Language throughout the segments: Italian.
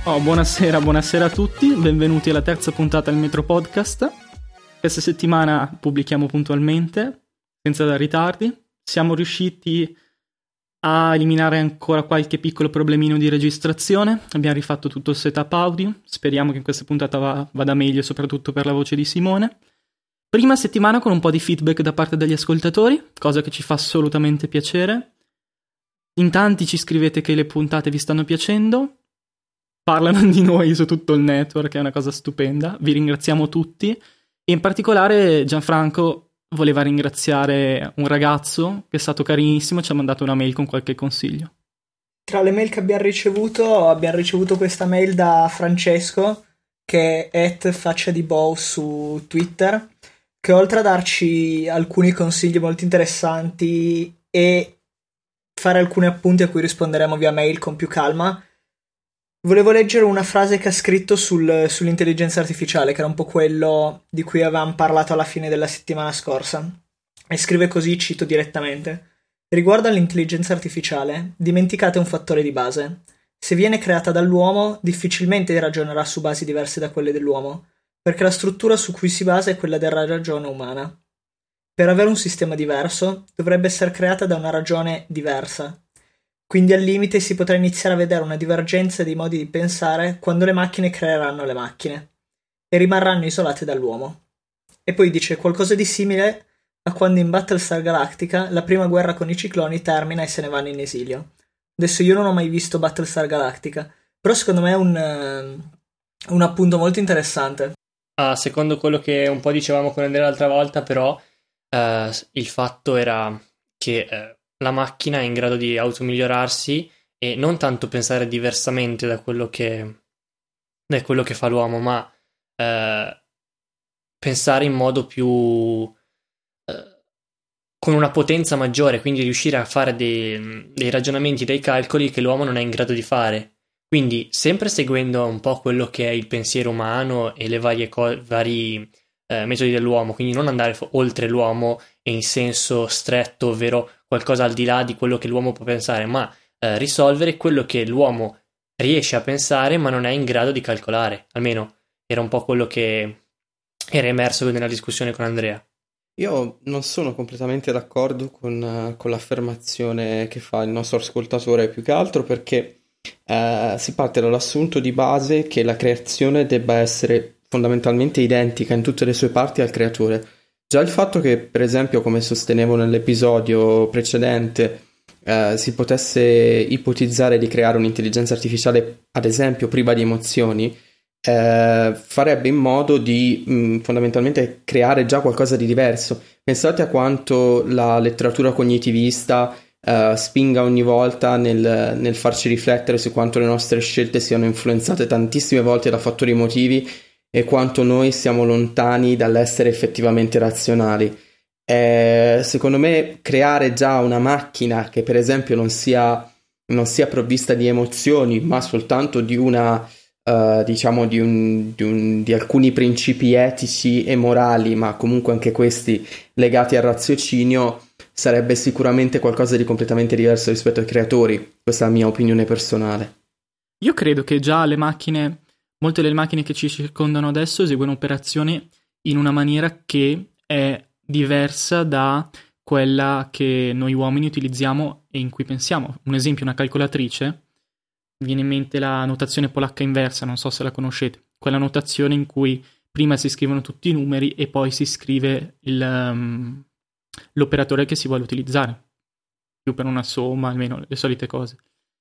Buonasera a tutti, benvenuti alla terza puntata del Metro Podcast. Questa settimana pubblichiamo puntualmente, senza ritardi. Siamo riusciti a eliminare ancora qualche piccolo problemino di registrazione. Abbiamo rifatto tutto il setup audio. Speriamo che in questa puntata vada meglio, soprattutto per la voce di Simone. Prima settimana con un po' di feedback da parte degli ascoltatori, cosa che ci fa assolutamente piacere. In tanti ci scrivete che le puntate vi stanno piacendo. Parlano di noi su tutto il network, è una cosa stupenda. Vi ringraziamo tutti. E in particolare Gianfranco voleva ringraziare un ragazzo che è stato carinissimo, ci ha mandato una mail con qualche consiglio. Tra le mail che abbiamo ricevuto questa mail da Francesco, che è @facciadibow su Twitter, che oltre a darci alcuni consigli molto interessanti e fare alcuni appunti a cui risponderemo via mail con più calma, volevo leggere una frase che ha scritto sull'intelligenza artificiale, che era un po' quello di cui avevamo parlato alla fine della settimana scorsa. E scrive così, cito direttamente: riguardo all'intelligenza artificiale, dimenticate un fattore di base. Se viene creata dall'uomo, difficilmente ragionerà su basi diverse da quelle dell'uomo, perché la struttura su cui si basa è quella della ragione umana. Per avere un sistema diverso, dovrebbe essere creata da una ragione diversa. Quindi al limite si potrà iniziare a vedere una divergenza dei modi di pensare quando le macchine creeranno le macchine e rimarranno isolate dall'uomo. E poi dice qualcosa di simile a quando in Battlestar Galactica la prima guerra con i cicloni termina e se ne vanno in esilio. Adesso io non ho mai visto Battlestar Galactica, però secondo me è un appunto molto interessante. Secondo quello che un po' dicevamo con Andrea l'altra volta, però il fatto era che la macchina è in grado di automigliorarsi e non tanto pensare diversamente da quello che fa l'uomo, ma pensare in modo più con una potenza maggiore, quindi riuscire a fare dei ragionamenti, dei calcoli che l'uomo non è in grado di fare. Quindi sempre seguendo un po' quello che è il pensiero umano e le vari metodi dell'uomo, quindi non andare oltre l'uomo e in senso stretto, ovvero qualcosa al di là di quello che l'uomo può pensare, ma risolvere quello che l'uomo riesce a pensare ma non è in grado di calcolare. Almeno era un po' quello che era emerso nella discussione con Andrea. Io non sono completamente d'accordo con l'affermazione che fa il nostro ascoltatore, più che altro perché si parte dall'assunto di base che la creazione debba essere fondamentalmente identica in tutte le sue parti al creatore. Già il fatto che, per esempio, come sostenevo nell'episodio precedente, si potesse ipotizzare di creare un'intelligenza artificiale, ad esempio, priva di emozioni, farebbe in modo di fondamentalmente creare già qualcosa di diverso. Pensate a quanto la letteratura cognitivista spinga ogni volta nel farci riflettere su quanto le nostre scelte siano influenzate tantissime volte da fattori emotivi e quanto noi siamo lontani dall'essere effettivamente razionali. Secondo me creare già una macchina che per esempio non sia provvista di emozioni, ma soltanto di una diciamo di alcuni principi etici e morali, ma comunque anche questi legati al raziocinio, sarebbe sicuramente qualcosa di completamente diverso rispetto ai creatori. Questa è la mia opinione personale. Io credo che già molte delle macchine che ci circondano adesso eseguono operazioni in una maniera che è diversa da quella che noi uomini utilizziamo e in cui pensiamo. Un esempio, una calcolatrice, mi viene in mente la notazione polacca inversa, non so se la conoscete, quella notazione in cui prima si scrivono tutti i numeri e poi si scrive l'operatore che si vuole utilizzare, più per una somma, almeno le solite cose.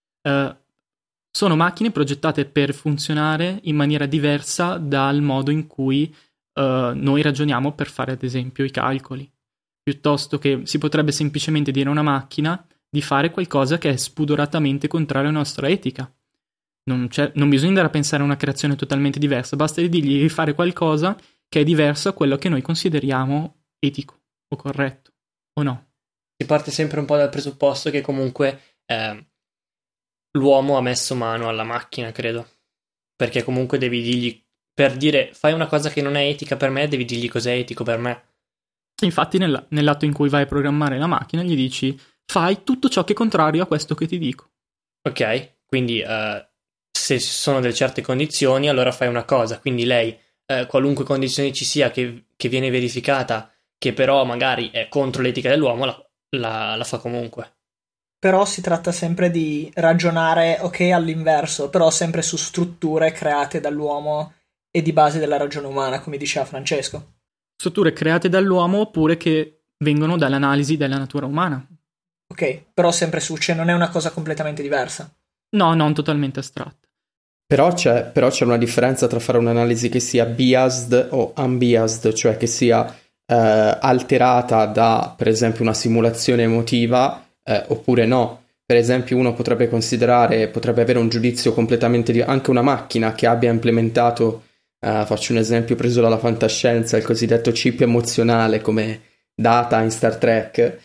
Sono macchine progettate per funzionare in maniera diversa dal modo in cui noi ragioniamo per fare ad esempio i calcoli, piuttosto che si potrebbe semplicemente dire a una macchina di fare qualcosa che è spudoratamente contrario alla nostra etica. Non bisogna andare a pensare a una creazione totalmente diversa, basta dirgli di fare qualcosa che è diverso a quello che noi consideriamo etico o corretto, o no? Si parte sempre un po' dal presupposto che comunque l'uomo ha messo mano alla macchina, credo, perché comunque devi dirgli, per dire fai una cosa che non è etica per me, devi dirgli cos'è etico per me. Infatti nell'atto in cui vai a programmare la macchina gli dici fai tutto ciò che è contrario a questo che ti dico. Ok, quindi se ci sono delle certe condizioni, allora fai una cosa. Quindi lei, qualunque condizione ci sia che viene verificata, che però magari è contro l'etica dell'uomo, la fa comunque. Però si tratta sempre di ragionare, ok, all'inverso, però sempre su strutture create dall'uomo e di base della ragione umana, come diceva Francesco. Strutture create dall'uomo oppure che vengono dall'analisi della natura umana. Ok, però sempre cioè non è una cosa completamente diversa. No, non totalmente astratta. Però c'è una differenza tra fare un'analisi che sia biased o unbiased, cioè che sia alterata da, per esempio, una simulazione emotiva, oppure no. Per esempio, uno potrebbe avere un giudizio completamente anche una macchina che abbia implementato, faccio un esempio preso dalla fantascienza, il cosiddetto chip emozionale come Data in Star Trek,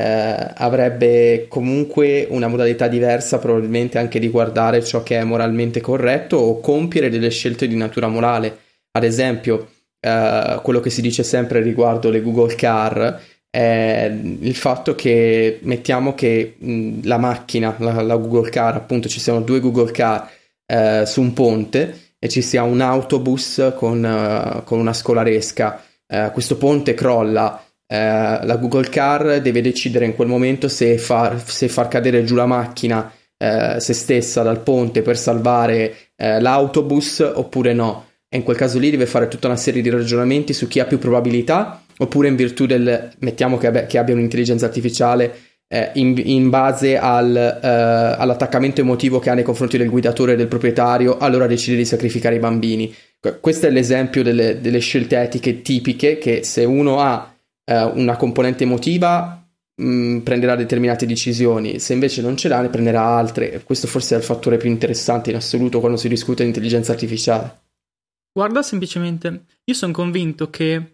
avrebbe comunque una modalità diversa probabilmente anche di guardare ciò che è moralmente corretto o compiere delle scelte di natura morale. Ad esempio, quello che si dice sempre riguardo le Google Car è il fatto che mettiamo che la macchina, la Google Car, appunto ci siano 2 Google Car su un ponte e ci sia un autobus con una scolaresca, questo ponte crolla. La Google Car deve decidere in quel momento se far cadere giù la macchina se stessa dal ponte per salvare l'autobus oppure no, e in quel caso lì deve fare tutta una serie di ragionamenti su chi ha più probabilità, oppure in virtù mettiamo che abbia un'intelligenza artificiale in base all'attaccamento emotivo che ha nei confronti del guidatore e del proprietario, allora decide di sacrificare i bambini. Questo è l'esempio delle scelte etiche tipiche, che se uno ha una componente emotiva prenderà determinate decisioni, se invece non ce l'ha ne prenderà altre. Questo forse è il fattore più interessante in assoluto quando si discute di intelligenza artificiale. Guarda, semplicemente io sono convinto che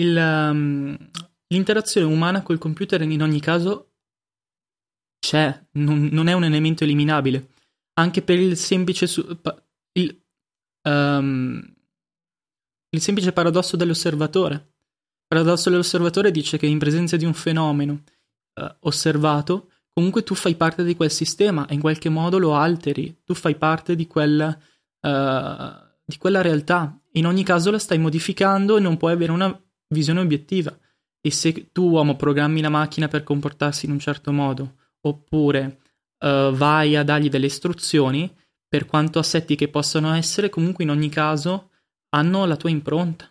l'interazione umana col computer in ogni caso c'è, non è un elemento eliminabile, anche per il semplice il semplice paradosso dell'osservatore. Il paradosso dell'osservatore dice che in presenza di un fenomeno osservato, comunque tu fai parte di quel sistema e in qualche modo lo alteri, tu fai parte di quella realtà. In ogni caso la stai modificando e non puoi avere una visione obiettiva. E se tu, uomo, programmi la macchina per comportarsi in un certo modo, oppure vai a dargli delle istruzioni, per quanto assetti che possano essere, comunque in ogni caso hanno la tua impronta.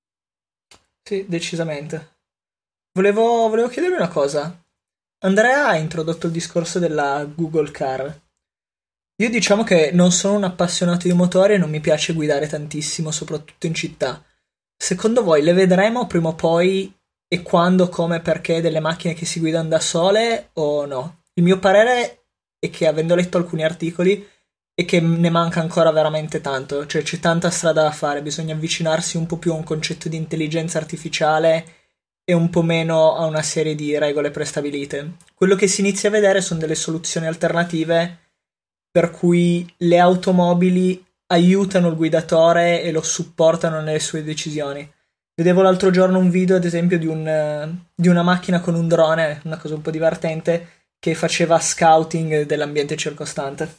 Sì, decisamente. Volevo chiedervi una cosa. Andrea ha introdotto il discorso della Google Car. Io diciamo che non sono un appassionato di motori e non mi piace guidare tantissimo, soprattutto in città. Secondo voi le vedremo prima o poi, e quando, come, perché, delle macchine che si guidano da sole o no? Il mio parere è che, avendo letto alcuni articoli, è che ne manca ancora veramente tanto, cioè c'è tanta strada da fare, bisogna avvicinarsi un po' più a un concetto di intelligenza artificiale e un po' meno a una serie di regole prestabilite. Quello che si inizia a vedere sono delle soluzioni alternative per cui le automobili aiutano il guidatore e lo supportano nelle sue decisioni. Vedevo l'altro giorno un video, ad esempio, di una macchina con un drone, una cosa un po' divertente, che faceva scouting dell'ambiente circostante.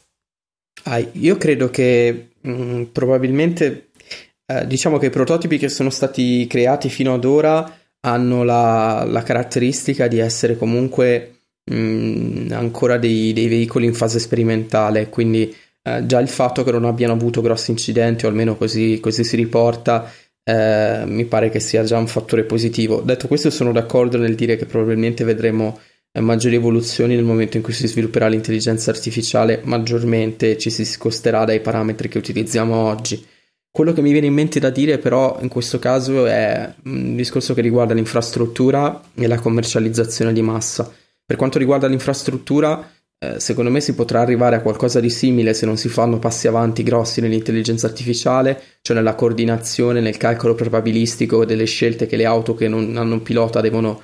Io credo che probabilmente diciamo che i prototipi che sono stati creati fino ad ora hanno la caratteristica di essere comunque ancora dei veicoli in fase sperimentale, quindi già il fatto che non abbiano avuto grossi incidenti, o almeno così si riporta, mi pare che sia già un fattore positivo. Detto questo, sono d'accordo nel dire che probabilmente vedremo maggiori evoluzioni nel momento in cui si svilupperà l'intelligenza artificiale maggiormente e ci si scosterà dai parametri che utilizziamo oggi. Quello che mi viene in mente da dire però in questo caso è un discorso che riguarda l'infrastruttura e la commercializzazione di massa. Per quanto riguarda l'infrastruttura, secondo me si potrà arrivare a qualcosa di simile se non si fanno passi avanti grossi nell'intelligenza artificiale, cioè nella coordinazione, nel calcolo probabilistico delle scelte che le auto che non hanno un pilota devono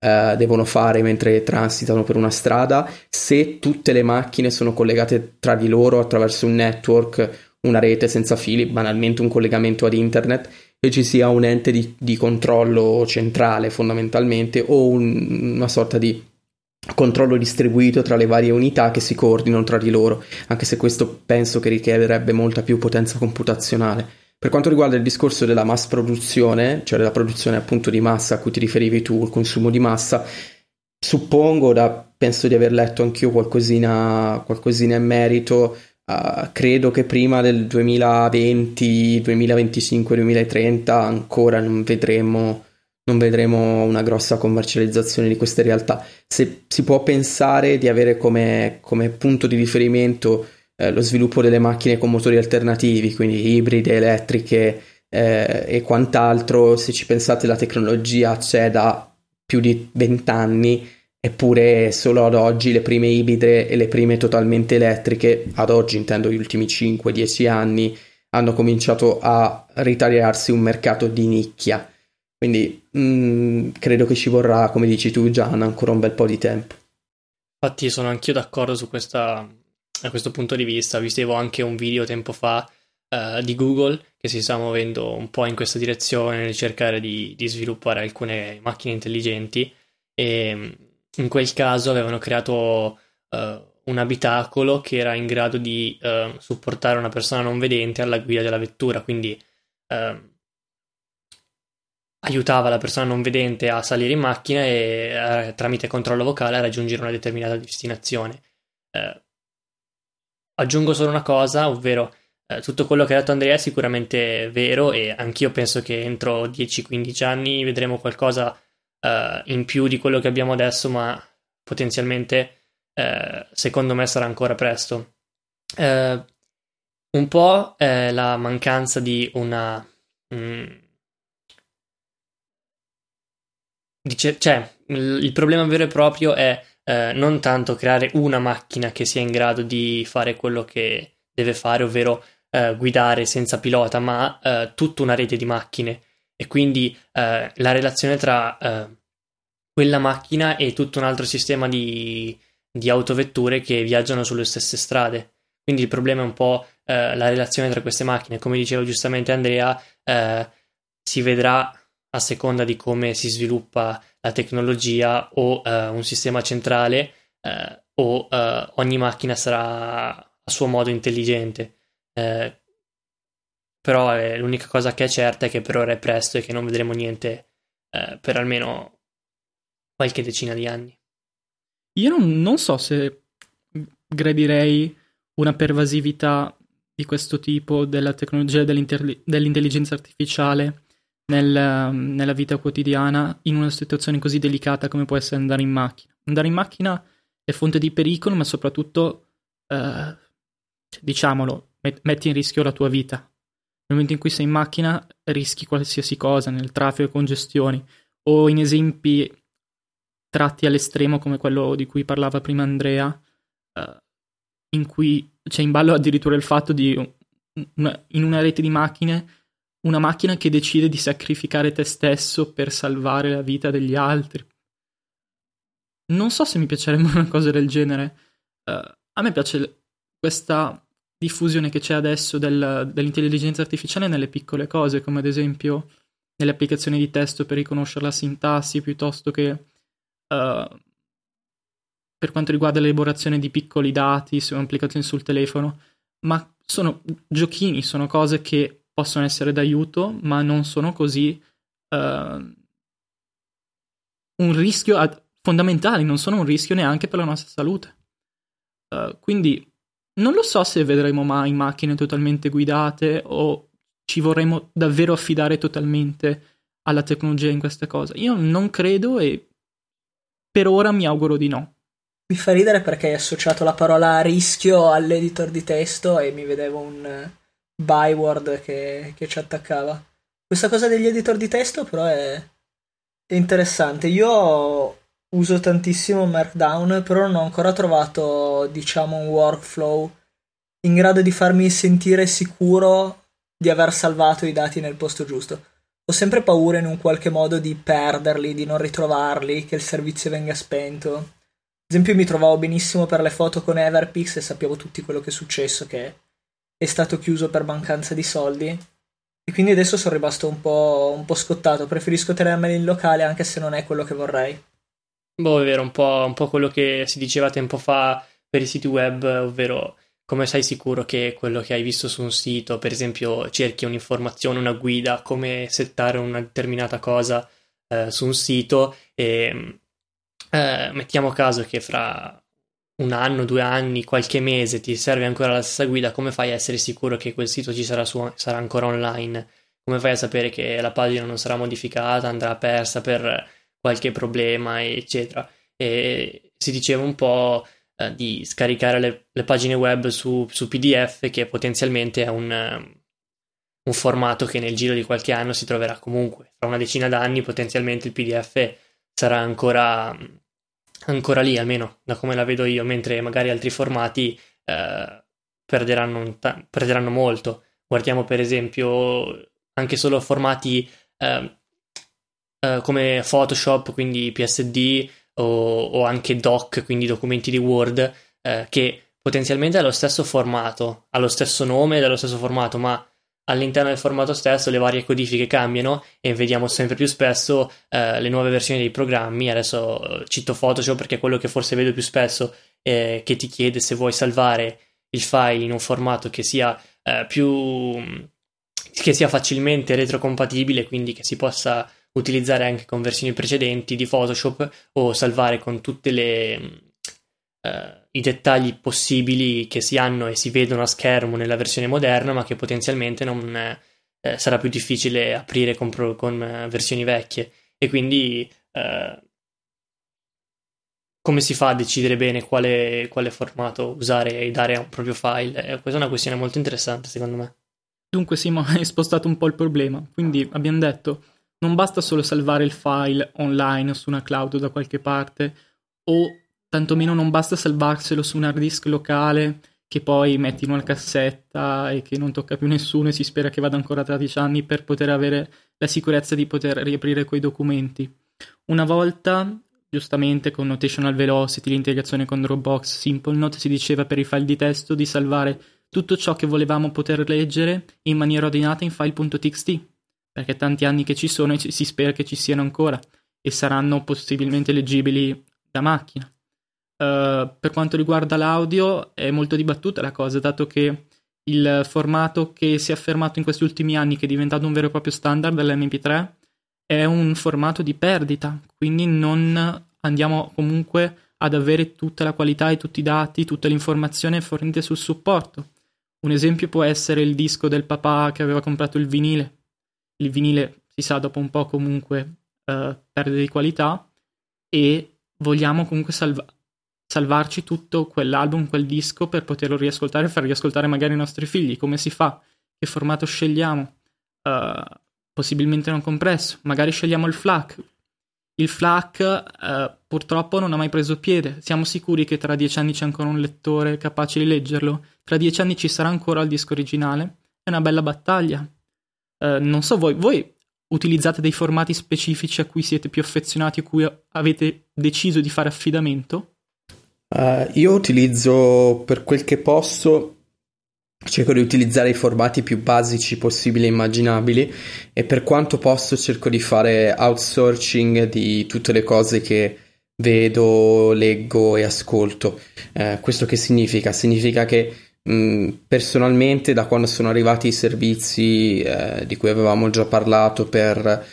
fare mentre transitano per una strada, se tutte le macchine sono collegate tra di loro attraverso un network, una rete senza fili, banalmente un collegamento ad internet, e ci sia un ente di controllo centrale fondamentalmente, o una sorta di controllo distribuito tra le varie unità che si coordinano tra di loro, anche se questo penso che richiederebbe molta più potenza computazionale. Per quanto riguarda il discorso della mass produzione, cioè della produzione appunto di massa a cui ti riferivi tu, il consumo di massa, suppongo, penso di aver letto anch'io qualcosina in merito. Credo che prima del 2020, 2025, 2030 ancora non vedremo una grossa commercializzazione di queste realtà. Se si può pensare di avere come punto di riferimento lo sviluppo delle macchine con motori alternativi, quindi ibride, elettriche e quant'altro, se ci pensate la tecnologia c'è da più di 20 anni, eppure solo ad oggi le prime ibride e le prime totalmente elettriche, ad oggi intendo gli ultimi 5-10 anni, hanno cominciato a ritagliarsi un mercato di nicchia. Quindi credo che ci vorrà, come dici tu Gian, ancora un bel po' di tempo. Infatti sono anch'io d'accordo a questo punto di vista. Vistevo anche un video tempo fa di Google che si sta muovendo un po' in questa direzione nel cercare di sviluppare alcune macchine intelligenti, e in quel caso avevano creato un abitacolo che era in grado di supportare una persona non vedente alla guida della vettura, quindi aiutava la persona non vedente a salire in macchina e tramite controllo vocale a raggiungere una determinata destinazione. Aggiungo solo una cosa, ovvero tutto quello che ha detto Andrea è sicuramente vero, e anch'io penso che entro 10-15 anni vedremo qualcosa in più di quello che abbiamo adesso, ma potenzialmente secondo me sarà ancora presto. Un po' la mancanza di una cioè il problema vero e proprio è non tanto creare una macchina che sia in grado di fare quello che deve fare, ovvero guidare senza pilota, ma tutta una rete di macchine, e quindi la relazione tra quella macchina e tutto un altro sistema di autovetture che viaggiano sulle stesse strade. Quindi il problema è un po' la relazione tra queste macchine. Come diceva giustamente Andrea, si vedrà a seconda di come si sviluppa la tecnologia, o un sistema centrale, o ogni macchina sarà a suo modo intelligente. Però l'unica cosa che è certa è che per ora è presto e che non vedremo niente per almeno qualche decina di anni. Io non so se gradirei una pervasività di questo tipo della tecnologia dell'intelligenza artificiale nella vita quotidiana, in una situazione così delicata come può essere andare in macchina. Andare in macchina è fonte di pericolo, ma soprattutto, diciamolo, metti in rischio la tua vita. Nel momento in cui sei in macchina rischi qualsiasi cosa, nel traffico e congestioni, o in esempi tratti all'estremo come quello di cui parlava prima Andrea, in cui c'è in ballo addirittura il fatto di in una rete di macchine, una macchina che decide di sacrificare te stesso per salvare la vita degli altri. Non so se mi piacerebbe una cosa del genere. A me piace questa diffusione che c'è adesso dell'intelligenza artificiale nelle piccole cose, come ad esempio nelle applicazioni di testo per riconoscere la sintassi, piuttosto che per quanto riguarda l'elaborazione di piccoli dati su applicazioni sul telefono. Ma sono giochini, sono cose che possono essere d'aiuto, ma non sono così un rischio fondamentale, non sono un rischio neanche per la nostra salute. Quindi non lo so se vedremo mai macchine totalmente guidate o ci vorremmo davvero affidare totalmente alla tecnologia in queste cose. Io non credo, e per ora mi auguro di no. Mi fa ridere perché hai associato la parola rischio all'editor di testo e mi vedevo un byword che ci attaccava. Questa cosa degli editor di testo però è interessante. Io uso tantissimo Markdown, però non ho ancora trovato, diciamo, un workflow in grado di farmi sentire sicuro di aver salvato i dati nel posto giusto. Ho sempre paura in un qualche modo di perderli, di non ritrovarli, che il servizio venga spento. Ad esempio mi trovavo benissimo per le foto con Everpix e sappiamo tutti quello che è successo, che è stato chiuso per mancanza di soldi, e quindi adesso sono rimasto un po' scottato. Preferisco tenermeli in locale anche se non è quello che vorrei. Boh, è vero, un po' quello che si diceva tempo fa per i siti web, ovvero come sei sicuro che quello che hai visto su un sito, per esempio cerchi un'informazione, una guida, come settare una determinata cosa su un sito e mettiamo caso che fra un anno, 2 anni, qualche mese ti serve ancora la stessa guida, come fai a essere sicuro che quel sito sarà ancora online? Come fai a sapere che la pagina non sarà modificata, andrà persa per qualche problema, eccetera? E si diceva un po' di scaricare le pagine web su PDF, che potenzialmente è un formato che nel giro di qualche anno si troverà comunque. Fra una decina d'anni potenzialmente il PDF sarà ancora lì, almeno da come la vedo io, mentre magari altri formati perderanno molto. Guardiamo per esempio anche solo formati come Photoshop, quindi PSD, o anche doc, quindi documenti di Word, che potenzialmente ha lo stesso formato, ha lo stesso nome ed è lo stesso formato, ma all'interno del formato stesso le varie codifiche cambiano e vediamo sempre più spesso le nuove versioni dei programmi. Adesso cito Photoshop perché è quello che forse vedo più spesso, che ti chiede se vuoi salvare il file in un formato che sia facilmente retrocompatibile, quindi che si possa utilizzare anche con versioni precedenti di Photoshop, o salvare con tutte i dettagli possibili che si hanno e si vedono a schermo nella versione moderna, ma che potenzialmente non sarà più difficile aprire con versioni vecchie. E quindi come si fa a decidere bene quale formato usare e dare a un proprio file? Questa è una questione molto interessante, secondo me. Dunque Simo, hai spostato un po' il problema, quindi abbiamo detto non basta solo salvare il file online su una cloud da qualche parte, o tantomeno non basta salvarselo su un hard disk locale che poi metti in una cassetta e che non tocca più nessuno e si spera che vada ancora tra 10 anni per poter avere la sicurezza di poter riaprire quei documenti. Una volta, giustamente con Notational Velocity, l'integrazione con Dropbox, SimpleNote, si diceva per i file di testo di salvare tutto ciò che volevamo poter leggere in maniera ordinata in file.txt, perché tanti anni che ci sono e si spera che ci siano ancora e saranno possibilmente leggibili da macchina. Per quanto riguarda l'audio è molto dibattuta la cosa, dato che il formato che si è affermato in questi ultimi anni, che è diventato un vero e proprio standard dell'MP3, è un formato di perdita, quindi non andiamo comunque ad avere tutta la qualità e tutti i dati, tutta l'informazione fornite sul supporto. Un esempio può essere il disco del papà che aveva comprato il vinile. Il vinile, si sa, dopo un po' comunque perde di qualità, e vogliamo comunque salvarci tutto quell'album, quel disco, per poterlo riascoltare e far riascoltare magari i nostri figli. Come si fa? Che formato scegliamo? Possibilmente non compresso. Magari scegliamo il FLAC. Il FLAC purtroppo non ha mai preso piede. Siamo sicuri che tra 10 anni c'è ancora un lettore capace di leggerlo? Tra 10 anni ci sarà ancora il disco originale? È una bella battaglia. Non so voi utilizzate dei formati specifici a cui siete più affezionati, a cui avete deciso di fare affidamento? Io utilizzo, per quel che posso, cerco di utilizzare i formati più basici possibili e immaginabili, e per quanto posso cerco di fare outsourcing di tutte le cose che vedo, leggo e ascolto. Questo che significa? Significa che personalmente, da quando sono arrivati i servizi di cui avevamo già parlato per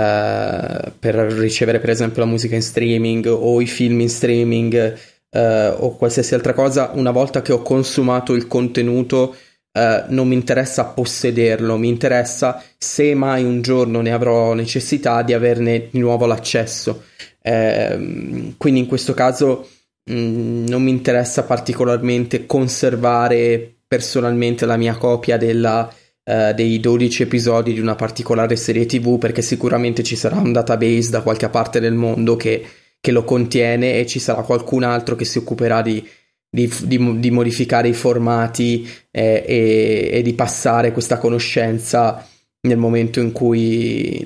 ricevere per esempio la musica in streaming o i film in streaming, o qualsiasi altra cosa, una volta che ho consumato il contenuto, non mi interessa possederlo, mi interessa, se mai un giorno ne avrò necessità, di averne di nuovo l'accesso. Quindi in questo caso non mi interessa particolarmente conservare personalmente la mia copia dei 12 episodi di una particolare serie TV, perché sicuramente ci sarà un database da qualche parte del mondo che lo contiene, e ci sarà qualcun altro che si occuperà di modificare i formati e di passare questa conoscenza nel momento in cui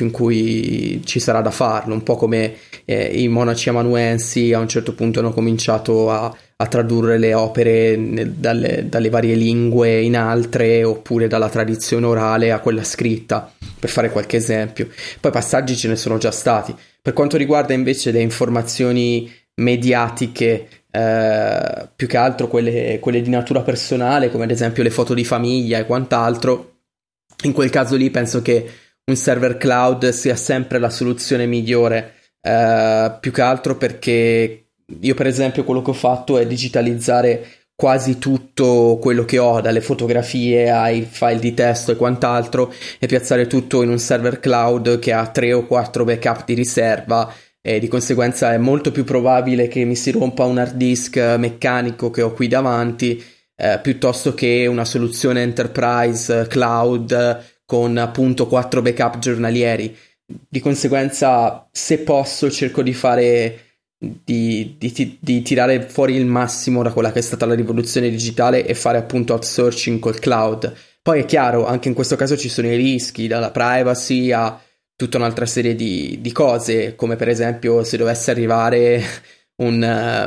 ci sarà da farlo, un po' come i monaci amanuensi a un certo punto hanno cominciato a tradurre le opere dalle varie lingue in altre, oppure dalla tradizione orale a quella scritta, per fare qualche esempio. Poi passaggi ce ne sono già stati, Per quanto riguarda invece le informazioni mediatiche, più che altro quelle di natura personale, come ad esempio le foto di famiglia e quant'altro, in quel caso lì penso che un server cloud sia sempre la soluzione migliore, più che altro perché io per esempio quello che ho fatto è digitalizzare quasi tutto quello che ho, dalle fotografie ai file di testo e quant'altro, e piazzare tutto in un server cloud che ha 3 o 4 backup di riserva, e di conseguenza è molto più probabile che mi si rompa un hard disk meccanico che ho qui davanti, piuttosto che una soluzione enterprise cloud con appunto 4 backup giornalieri. Di conseguenza, se posso, cerco di fare di tirare fuori il massimo da quella che è stata la rivoluzione digitale e fare appunto outsourcing col cloud. Poi è chiaro, anche in questo caso ci sono i rischi, dalla privacy a tutta un'altra serie di cose, come per esempio se dovesse arrivare un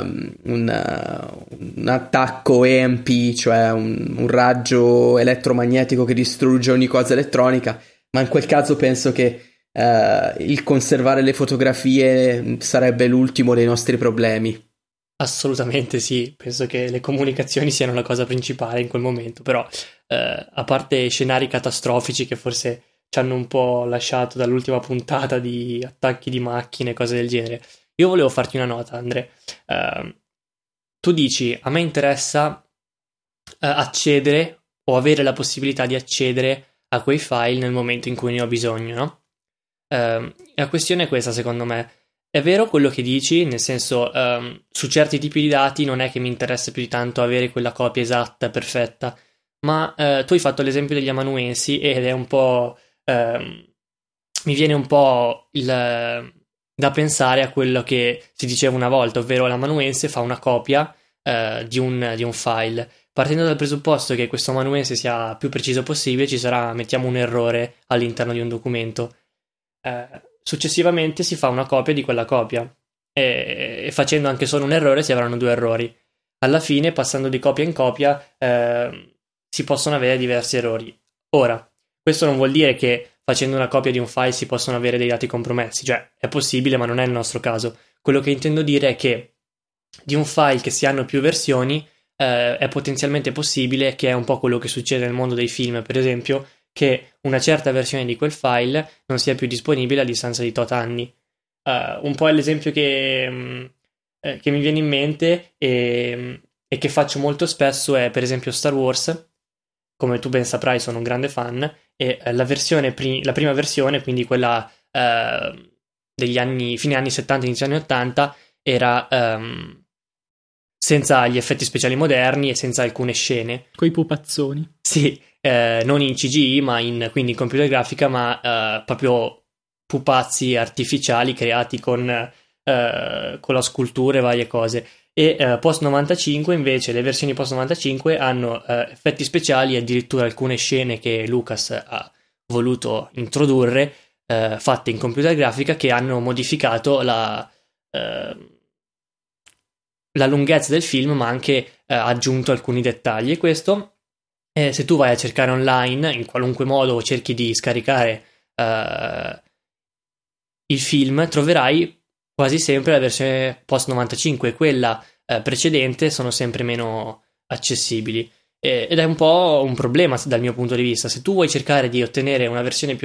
attacco EMP, cioè un raggio elettromagnetico che distrugge ogni cosa elettronica, ma in quel caso penso che il conservare le fotografie sarebbe l'ultimo dei nostri problemi. Assolutamente sì, penso che le comunicazioni siano la cosa principale in quel momento, però a parte scenari catastrofici che forse ci hanno un po' lasciato dall'ultima puntata di attacchi di macchine e cose del genere, io volevo farti una nota, Andre. Tu dici, a me interessa accedere o avere la possibilità di accedere a quei file nel momento in cui ne ho bisogno, no? La questione è questa, secondo me. È vero quello che dici, nel senso, su certi tipi di dati non è che mi interessa più di tanto avere quella copia esatta, perfetta, ma tu hai fatto l'esempio degli amanuensi ed è un po'... mi viene un po' da pensare a quello che si diceva una volta, ovvero l'amanuense fa una copia di un file. Partendo dal presupposto che questo amanuense sia più preciso possibile, ci sarà, mettiamo, un errore all'interno di un documento. Successivamente si fa una copia di quella copia e facendo anche solo un errore si avranno 2 errori. Alla fine, passando di copia in copia, si possono avere diversi errori. Ora, questo non vuol dire che facendo una copia di un file si possono avere dei dati compromessi, cioè è possibile ma non è il nostro caso. Quello che intendo dire è che di un file che si hanno più versioni è potenzialmente possibile, che è un po' quello che succede nel mondo dei film, per esempio, che una certa versione di quel file non sia più disponibile a distanza di tot anni. Un po' è l'esempio che mi viene in mente e che faccio molto spesso è per esempio Star Wars. Come tu ben saprai, sono un grande fan e la prima versione, quindi quella degli anni, fine anni 70, inizio anni 80, era senza gli effetti speciali moderni e senza alcune scene. Coi pupazzoni. Sì, non in CGI, ma quindi in computer grafica, ma proprio pupazzi artificiali creati con la scultura e varie cose. E post 95 invece, le versioni post 95 hanno effetti speciali e addirittura alcune scene che Lucas ha voluto introdurre fatte in computer grafica, che hanno modificato la lunghezza del film, ma anche aggiunto alcuni dettagli. E questo, se tu vai a cercare online in qualunque modo o cerchi di scaricare il film, troverai quasi sempre la versione post 95 e quella precedente sono sempre meno accessibili, ed è un po' un problema dal mio punto di vista. Se tu vuoi cercare di ottenere una versione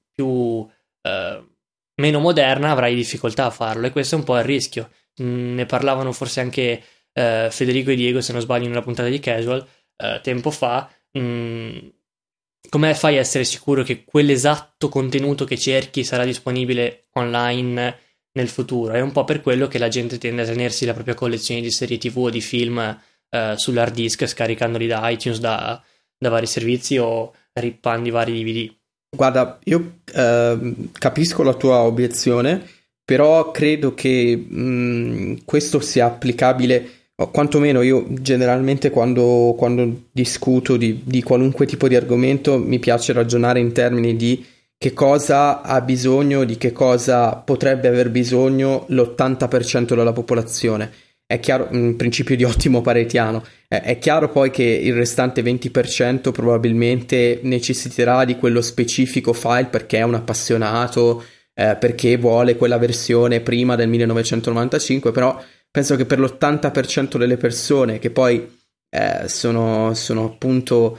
meno moderna, avrai difficoltà a farlo, e questo è un po' il rischio. Ne parlavano forse anche Federico e Diego, se non sbaglio, in una puntata di Casual tempo fa. Come fai a essere sicuro che quell'esatto contenuto che cerchi sarà disponibile online nel futuro? È un po' per quello che la gente tende a tenersi la propria collezione di serie TV o di film sull'hard disk, scaricandoli da iTunes, da vari servizi o rippando i vari DVD. Guarda, io capisco la tua obiezione, però credo che questo sia applicabile, o quantomeno io generalmente quando discuto di qualunque tipo di argomento mi piace ragionare in termini di che cosa ha bisogno, di che cosa potrebbe aver bisogno l'80% della popolazione. È chiaro, un principio di ottimo paretiano. È chiaro poi che il restante 20% probabilmente necessiterà di quello specifico file perché è un appassionato perché vuole quella versione prima del 1995, però penso che per l'80% delle persone che poi sono appunto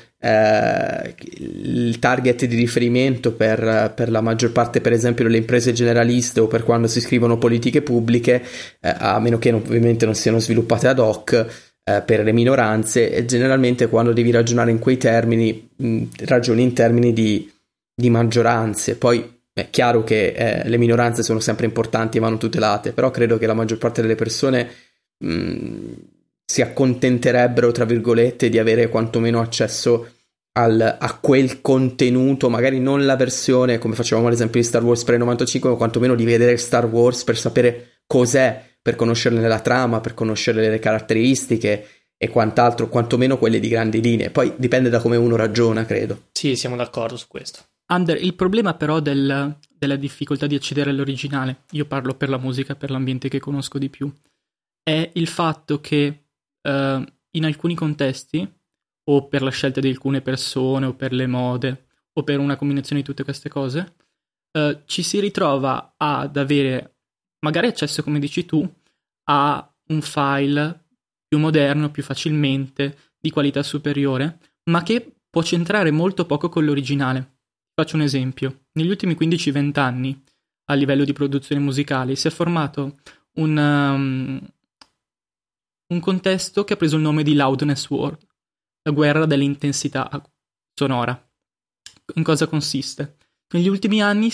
il target di riferimento per la maggior parte, per esempio, delle imprese generaliste o per quando si scrivono politiche pubbliche, a meno che ovviamente non siano sviluppate ad hoc per le minoranze, e generalmente quando devi ragionare in quei termini ragioni in termini di maggioranze. Poi è chiaro che le minoranze sono sempre importanti e vanno tutelate, però credo che la maggior parte delle persone si accontenterebbero, tra virgolette, di avere quantomeno accesso a quel contenuto, magari non la versione come facevamo ad esempio di Star Wars pre-95, ma quantomeno di vedere Star Wars per sapere cos'è, per conoscerne la trama, per conoscere le caratteristiche e quant'altro, quantomeno quelle di grandi linee. Poi dipende da come uno ragiona, credo. Sì, siamo d'accordo su questo. Ander, il problema però della difficoltà di accedere all'originale, io parlo per la musica, per l'ambiente che conosco di più, è il fatto che in alcuni contesti, o per la scelta di alcune persone, o per le mode, o per una combinazione di tutte queste cose, ci si ritrova ad avere magari accesso, come dici tu, a un file più moderno, più facilmente, di qualità superiore, ma che può centrare molto poco con l'originale. Faccio un esempio. Negli ultimi 15-20 anni, a livello di produzione musicale, si è formato un contesto che ha preso il nome di Loudness War, la guerra dell'intensità sonora. In cosa consiste? Negli ultimi anni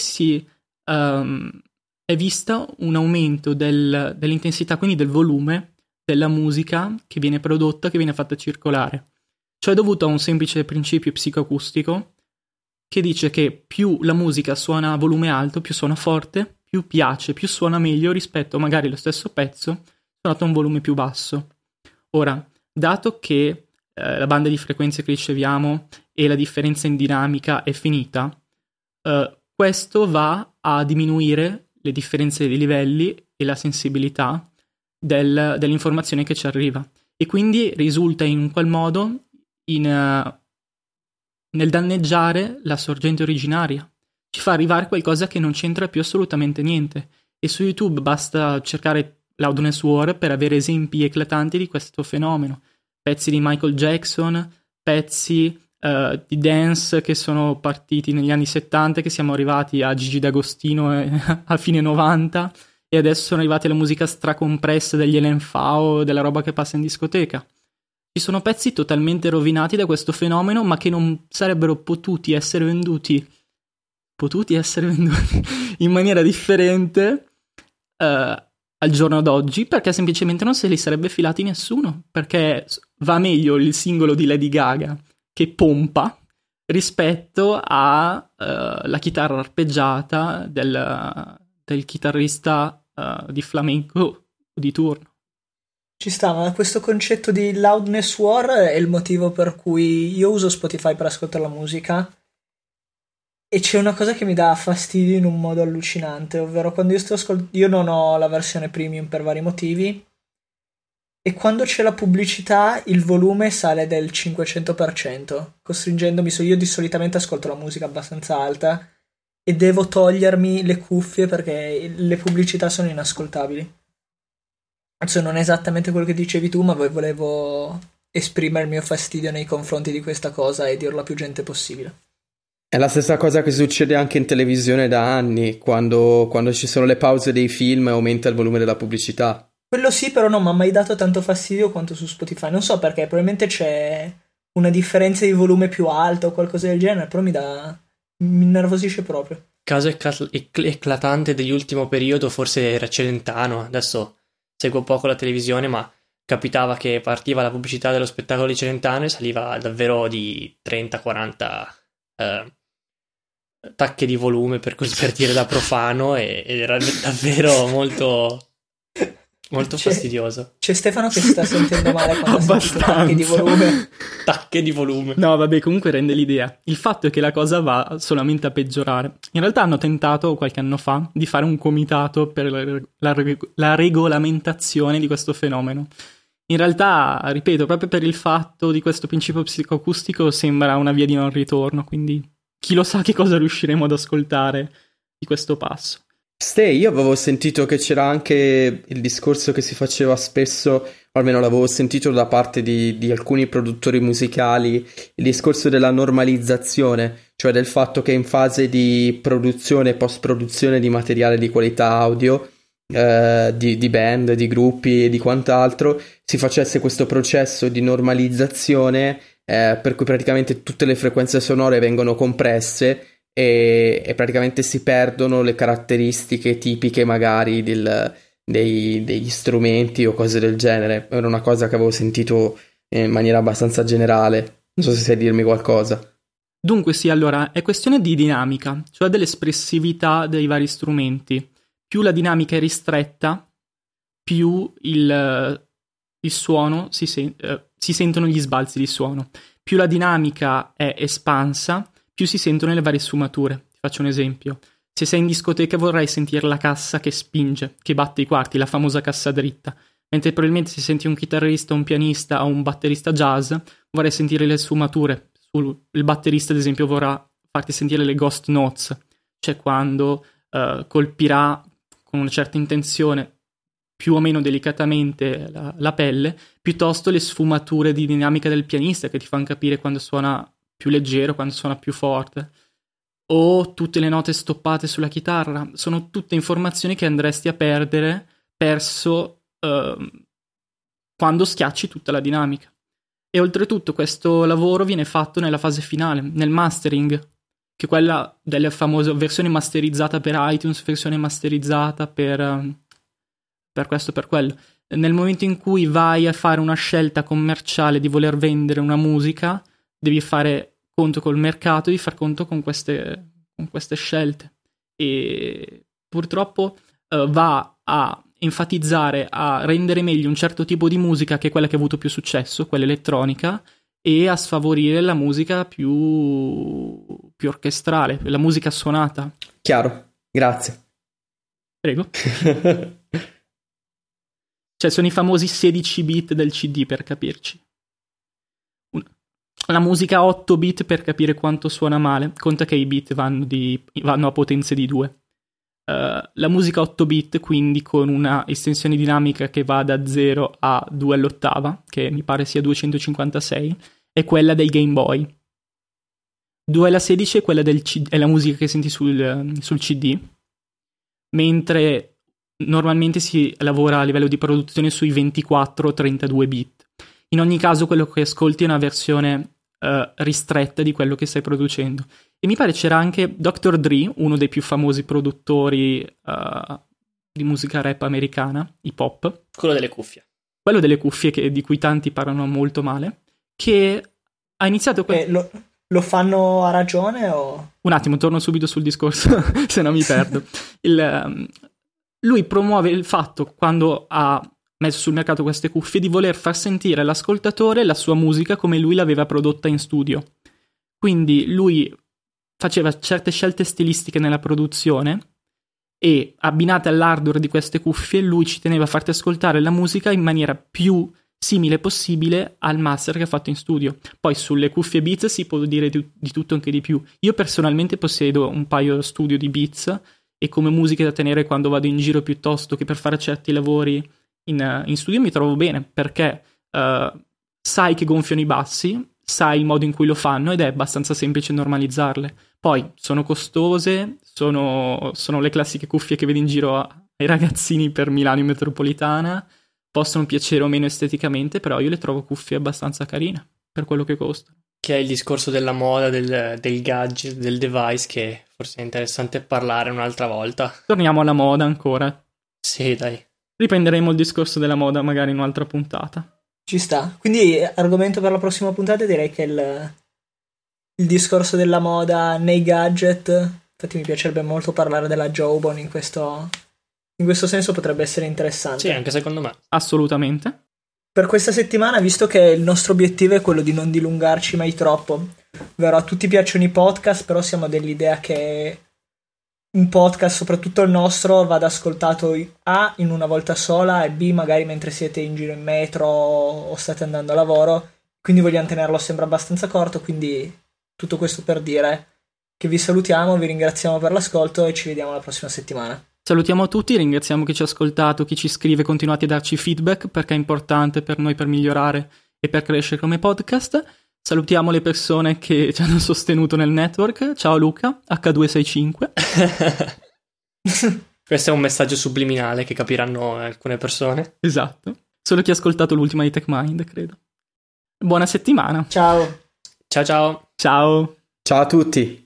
è vista un aumento dell'intensità, quindi del volume della musica che viene prodotta, che viene fatta circolare. Ciò è dovuto a un semplice principio psicoacustico che dice che più la musica suona a volume alto, più suona forte, più piace, più suona meglio rispetto a magari lo stesso pezzo suonato a un volume più basso. Ora, dato che la banda di frequenze che riceviamo e la differenza in dinamica è finita, questo va a diminuire le differenze di livelli e la sensibilità dell'informazione che ci arriva, e quindi risulta in un qual modo nel danneggiare la sorgente originaria. Ci fa arrivare qualcosa che non c'entra più assolutamente niente, e su YouTube basta cercare Loudness War per avere esempi eclatanti di questo fenomeno. Pezzi di Michael Jackson, pezzi di dance che sono partiti negli anni 70, che siamo arrivati a Gigi D'Agostino a fine 90, e adesso sono arrivati alla musica stracompressa degli LMFAO, della roba che passa in discoteca. Ci sono pezzi totalmente rovinati da questo fenomeno, ma che non sarebbero potuti essere venduti in maniera differente al giorno d'oggi, perché semplicemente non se li sarebbe filati nessuno, perché va meglio il singolo di Lady Gaga che pompa rispetto a la chitarra arpeggiata del chitarrista di flamenco di turno. Ci sta, ma questo concetto di Loudness War è il motivo per cui io uso Spotify per ascoltare la musica, e c'è una cosa che mi dà fastidio in un modo allucinante, ovvero quando io non ho la versione premium per vari motivi, e quando c'è la pubblicità il volume sale del 500%, costringendomi, io solitamente ascolto la musica abbastanza alta e devo togliermi le cuffie perché le pubblicità sono inascoltabili. Adesso non è esattamente quello che dicevi tu, ma volevo esprimere il mio fastidio nei confronti di questa cosa e dirlo a più gente possibile. È la stessa cosa che succede anche in televisione da anni, quando ci sono le pause dei film aumenta il volume della pubblicità. Quello sì, però non mi ha mai dato tanto fastidio quanto su Spotify. Non so perché, probabilmente c'è una differenza di volume più alta o qualcosa del genere, però mi innervosisce proprio. Caso eclatante dell'ultimo periodo forse era Celentano. Adesso seguo poco la televisione, ma capitava che partiva la pubblicità dello spettacolo di Celentano e saliva davvero di 30-40 tacche di volume, per dire da profano, ed era davvero molto fastidioso. C'è Stefano che si sta sentendo male quando ha sentito tacche di volume. Tacche di volume. No, vabbè, comunque rende l'idea. Il fatto è che la cosa va solamente a peggiorare. In realtà hanno tentato qualche anno fa di fare un comitato per la regolamentazione di questo fenomeno. In realtà, ripeto, proprio per il fatto di questo principio psicoacustico sembra una via di non ritorno, quindi chi lo sa che cosa riusciremo ad ascoltare di questo passo. Io avevo sentito che c'era anche il discorso che si faceva spesso, o almeno l'avevo sentito da parte di alcuni produttori musicali, il discorso della normalizzazione, cioè del fatto che in fase di produzione e post-produzione di materiale di qualità audio, di band, di gruppi e di quant'altro, si facesse questo processo di normalizzazione, per cui praticamente tutte le frequenze sonore vengono compresse e praticamente si perdono le caratteristiche tipiche magari degli strumenti o cose del genere. Era una cosa che avevo sentito in maniera abbastanza generale. Non so se sai dirmi qualcosa. Dunque sì, allora, è questione di dinamica, cioè dell'espressività dei vari strumenti. Più la dinamica è ristretta, più il suono si sentono gli sbalzi di suono. Più la dinamica è espansa, più si sentono le varie sfumature. Ti faccio un esempio. Se sei in discoteca vorrai sentire la cassa che spinge, che batte i quarti, la famosa cassa dritta. Mentre probabilmente se senti un chitarrista, un pianista o un batterista jazz, vorrai sentire le sfumature. Il batterista, ad esempio, vorrà farti sentire le ghost notes, cioè quando colpirà con una certa intenzione più o meno delicatamente la pelle, piuttosto le sfumature di dinamica del pianista che ti fanno capire quando suona più leggero, quando suona più forte, o tutte le note stoppate sulla chitarra. Sono tutte informazioni che andresti a perdere perso quando schiacci tutta la dinamica. E oltretutto questo lavoro viene fatto nella fase finale, nel mastering, che è quella delle famose versione masterizzata per iTunes, versione masterizzata per questo, per quello. Nel momento in cui vai a fare una scelta commerciale di voler vendere una musica, devi fare conto col mercato, devi far conto con queste scelte. E purtroppo va a enfatizzare, a rendere meglio un certo tipo di musica che è quella che ha avuto più successo, quella elettronica, e a sfavorire la musica più orchestrale, la musica suonata. Chiaro, grazie. Prego. Cioè sono i famosi 16 bit del CD, per capirci. La musica 8 bit per capire quanto suona male, conta che i bit vanno a potenze di 2. La musica 8 bit, quindi con una estensione dinamica che va da 0 a 2 all'ottava, che mi pare sia 256, è quella del Game Boy. 2 alla 16 è quella è la musica che senti sul CD, mentre normalmente si lavora a livello di produzione sui 24-32 bit. In ogni caso quello che ascolti è una versione ristretta di quello che stai producendo. E mi pare c'era anche Dr. Dre, uno dei più famosi produttori di musica rap americana, hip hop. Quello delle cuffie. Quello delle cuffie di cui tanti parlano molto male, che ha iniziato... Lo fanno a ragione o... Un attimo, torno subito sul discorso, se no mi perdo. Lui promuove il fatto, quando ha messo sul mercato queste cuffie, di voler far sentire all'ascoltatore la sua musica come lui l'aveva prodotta in studio. Quindi lui faceva certe scelte stilistiche nella produzione e, abbinate all'hardware di queste cuffie, lui ci teneva a farti ascoltare la musica in maniera più simile possibile al master che ha fatto in studio. Poi sulle cuffie Beats si può dire di tutto, anche di più. Io personalmente possiedo un paio studio di Beats e come musiche da tenere quando vado in giro piuttosto che per fare certi lavori in studio mi trovo bene, perché sai che gonfiano i bassi, sai il modo in cui lo fanno ed è abbastanza semplice normalizzarle. Poi sono costose, sono le classiche cuffie che vedi in giro ai ragazzini per Milano in metropolitana, possono piacere o meno esteticamente, però io le trovo cuffie abbastanza carine per quello che costano. Che è il discorso della moda, del gadget, del device, che forse è interessante parlare un'altra volta. Torniamo alla moda ancora. Sì, dai. Riprenderemo il discorso della moda magari in un'altra puntata. Ci sta. Quindi argomento per la prossima puntata direi che il discorso della moda nei gadget. Infatti mi piacerebbe molto parlare della Jawbone in questo senso, potrebbe essere interessante. Sì, anche secondo me. Assolutamente. Per questa settimana, visto che il nostro obiettivo è quello di non dilungarci mai troppo, ovvero a tutti piacciono i podcast, però siamo dell'idea che un podcast, soprattutto il nostro, vada ascoltato A in una volta sola e B magari mentre siete in giro in metro o state andando a lavoro, quindi vogliamo tenerlo sempre abbastanza corto, quindi tutto questo per dire che vi salutiamo, vi ringraziamo per l'ascolto e ci vediamo la prossima settimana. Salutiamo tutti, ringraziamo chi ci ha ascoltato, chi ci scrive, continuate a darci feedback perché è importante per noi per migliorare e per crescere come podcast. Salutiamo le persone che ci hanno sostenuto nel network. Ciao Luca, H265. Questo è un messaggio subliminale che capiranno alcune persone. Esatto. Solo chi ha ascoltato l'ultima di TechMind, credo. Buona settimana. Ciao. Ciao ciao. Ciao. Ciao a tutti.